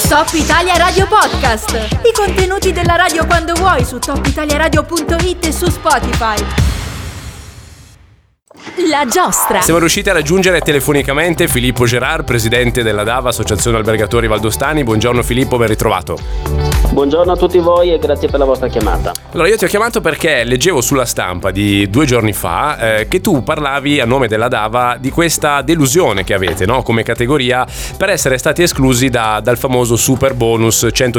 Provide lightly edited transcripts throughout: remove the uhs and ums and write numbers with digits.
Top Italia Radio Podcast. I contenuti della radio quando vuoi su topitaliaradio.it e su Spotify. La giostra. Siamo riusciti a raggiungere telefonicamente Filippo Gerard, presidente della DAVA, Associazione Albergatori Valdostani. Buongiorno Filippo, ben ritrovato. Buongiorno a tutti voi e grazie per la vostra chiamata. Allora, io ti ho chiamato perché leggevo sulla stampa di 2 giorni fa che tu parlavi a nome della DAVA di questa delusione che avete, no? Come categoria, per essere stati esclusi dal famoso super bonus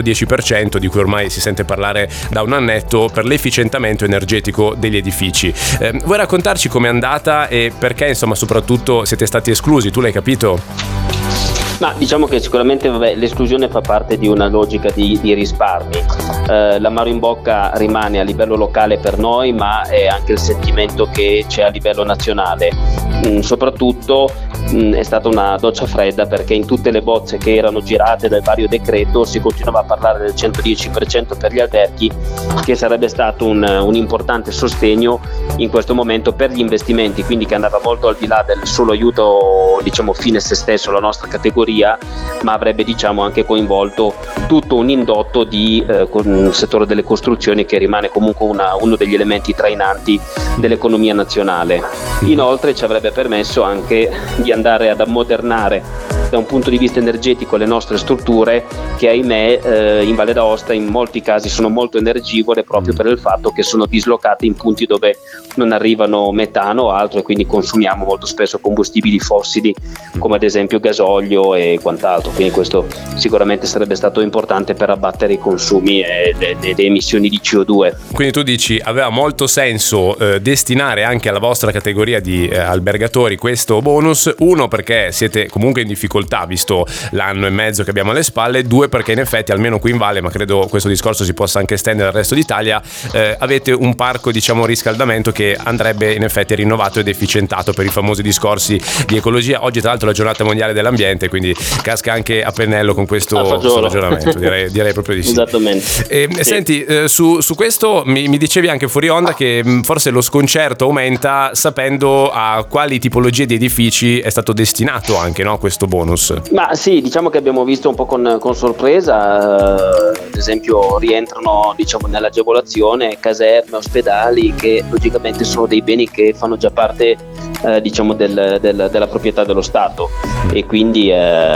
110% di cui ormai si sente parlare da un annetto per l'efficientamento energetico degli edifici. Vuoi raccontarci com'è andata e perché, insomma, soprattutto siete stati esclusi? Tu l'hai capito? Ma diciamo che sicuramente l'esclusione fa parte di una logica di risparmi. L'amaro in bocca rimane a livello locale per noi, ma è anche il sentimento che c'è a livello nazionale. Soprattutto è stata una doccia fredda perché in tutte le bozze che erano girate dal vario decreto si continuava a parlare del 110% per gli alberghi, che sarebbe stato un importante sostegno in questo momento per gli investimenti, quindi che andava molto al di là del solo aiuto, diciamo, fine a se stesso alla nostra categoria, ma avrebbe, diciamo, anche coinvolto tutto un indotto di settore delle costruzioni, che rimane comunque uno degli elementi trainanti dell'economia nazionale. Inoltre ci avrebbe permesso anche di andare ad ammodernare da un punto di vista energetico le nostre strutture, che ahimè in Valle d'Aosta in molti casi sono molto energivore proprio per il fatto che sono dislocate in punti dove non arrivano metano o altro, e quindi consumiamo molto spesso combustibili fossili come ad esempio gasolio e quant'altro. Quindi questo sicuramente sarebbe stato importante per abbattere i consumi e le emissioni di CO2. Quindi tu dici aveva molto senso destinare anche alla vostra categoria di albergatori questo bonus, uno perché siete comunque in difficoltà visto l'anno e mezzo che abbiamo alle spalle, 2 perché in effetti almeno qui in Valle, ma credo questo discorso si possa anche estendere al resto d'Italia, avete un parco, diciamo, riscaldamento che andrebbe in effetti rinnovato ed efficientato per i famosi discorsi di ecologia. Oggi tra l'altro è la giornata mondiale dell'ambiente, quindi casca anche a pennello con questo ragionamento, direi proprio di sì. Esattamente. Sì. Senti, su questo mi dicevi anche fuori onda che forse lo sconcerto aumenta sapendo a quali tipologie di edifici è stato destinato anche, no, questo bonus. Ma sì, diciamo che abbiamo visto un po' con sorpresa, ad esempio rientrano, diciamo, nell'agevolazione caserme, ospedali, che logicamente sono dei beni che fanno già parte diciamo della proprietà dello Stato, e quindi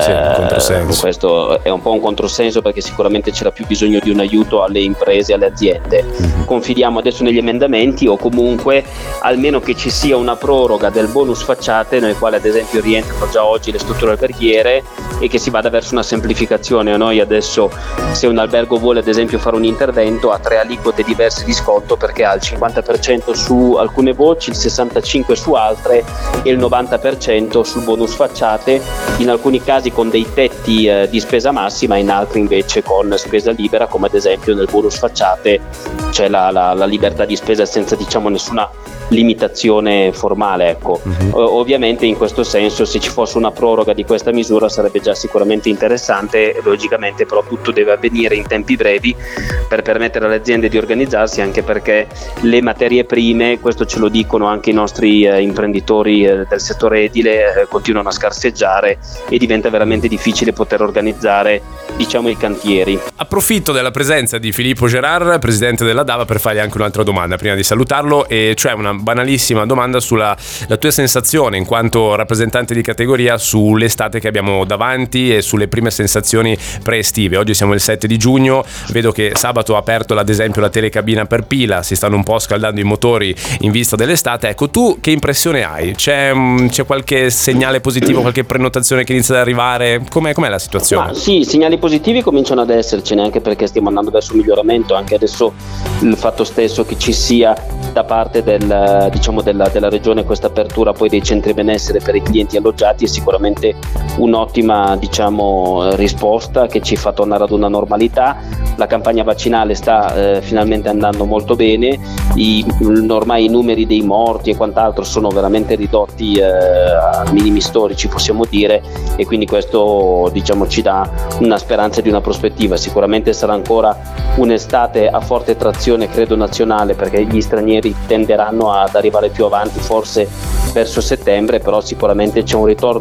questo è un po' un controsenso, perché sicuramente c'era più bisogno di un aiuto alle imprese e alle aziende. Confidiamo adesso negli emendamenti, o comunque almeno che ci sia una proroga del bonus facciate, nel quale ad esempio rientrano già oggi le strutture alberghiere, e che si vada verso una semplificazione. Noi adesso, se un albergo vuole ad esempio fare un intervento, ha 3 aliquote diverse di sconto, perché ha il 50% su alcune voci, il 65% su altre e il 90% sul bonus facciate, in alcuni casi con dei tetti di spesa massima, in altri invece con spesa libera, come ad esempio nel bonus facciate c'è la libertà di spesa senza, diciamo, nessuna limitazione formale, ecco. Ovviamente in questo senso, se ci fosse una proroga di questa misura sarebbe già sicuramente interessante. Logicamente però tutto deve avvenire in tempi brevi per permettere alle aziende di organizzarsi, anche perché le materie prime, questo ce lo dicono anche i nostri imprenditori del settore edile, continuano a scarseggiare e diventa veramente difficile poter organizzare, diciamo, i cantieri. Approfitto della presenza di Filippo Gerard, presidente della DAVA, per fargli anche un'altra domanda prima di salutarlo, e cioè una banalissima domanda sulla tua sensazione in quanto rappresentante di categoria sull'estate che abbiamo davanti e sulle prime sensazioni pre-estive. Oggi siamo il 7 di giugno, vedo che sabato ha aperto ad esempio la telecabina per pila, si stanno un po' scaldando i motori in vista dell'estate. Ecco, tu che impressione hai? C'è qualche segnale positivo, qualche prenotazione che inizia ad arrivare? Com'è la situazione? Ma sì, segnali positivi cominciano ad essercene, anche perché stiamo andando verso un miglioramento. Anche adesso il fatto stesso che ci sia da parte della regione questa apertura poi dei centri benessere per i clienti alloggiati è sicuramente un'ottima, diciamo, risposta che ci fa tornare ad una normalità. La campagna vaccinale sta finalmente andando molto bene, ormai i numeri dei morti e quant'altro sono veramente ridotti a minimi storici, possiamo dire, e quindi questo, diciamo, ci dà una speranza di una prospettiva. Sicuramente sarà ancora un'estate a forte trazione, credo, nazionale, perché gli stranieri tenderanno ad arrivare più avanti, forse verso settembre, però sicuramente c'è un ritorno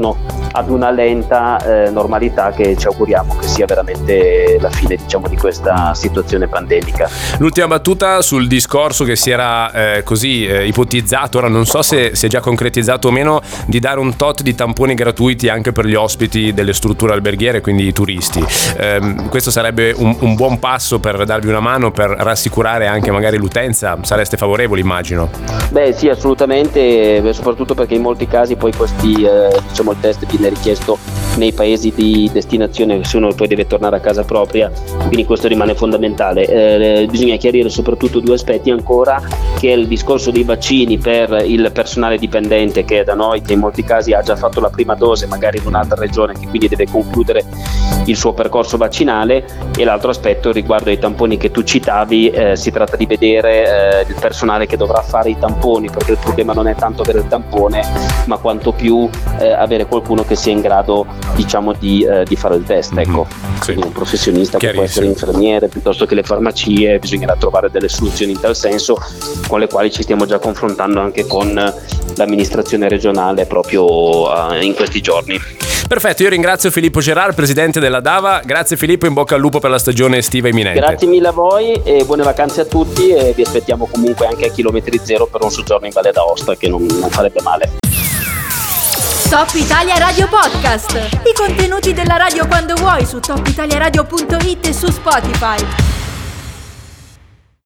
ad una lenta normalità che ci auguriamo che sia veramente la fine, diciamo, di questa situazione pandemica. L'ultima battuta sul discorso che si era così ipotizzato, ora non so se si è già concretizzato o meno, di dare un tot di tamponi gratuiti anche per gli ospiti delle strutture alberghiere, quindi i turisti. Questo sarebbe un buon passo per darvi una mano, per rassicurare anche magari l'utenza. Sareste favorevoli, immagino? Beh sì, assolutamente, soprattutto perché in molti casi poi questi diciamo il test viene richiesto nei paesi di destinazione, se uno poi deve tornare a casa propria, quindi questo rimane fondamentale. Bisogna chiarire soprattutto due aspetti ancora, che è il discorso dei vaccini per il personale dipendente che è da noi, che in molti casi ha già fatto la prima dose magari in un'altra regione, che quindi deve concludere il suo percorso vaccinale, e l'altro aspetto riguardo ai tamponi che tu citavi, si tratta di vedere il personale che dovrà fare i tamponi, perché il problema non è tanto avere il tampone ma quanto più avere qualcuno che sia in grado, diciamo, di fare il test, ecco. Sì. Un professionista che può essere infermiere piuttosto che le farmacie, bisognerà trovare delle soluzioni in tal senso, con le quali ci stiamo già confrontando anche con l'amministrazione regionale proprio in questi giorni. Perfetto, io ringrazio Filippo Gerard, presidente della DAVA. Grazie Filippo, in bocca al lupo per la stagione estiva imminente. Grazie mille a voi e buone vacanze a tutti, e vi aspettiamo comunque anche a chilometri zero per un soggiorno in Valle d'Aosta, che non farebbe male. Top Italia Radio Podcast. I contenuti della radio quando vuoi su topitaliaradio.it e su Spotify.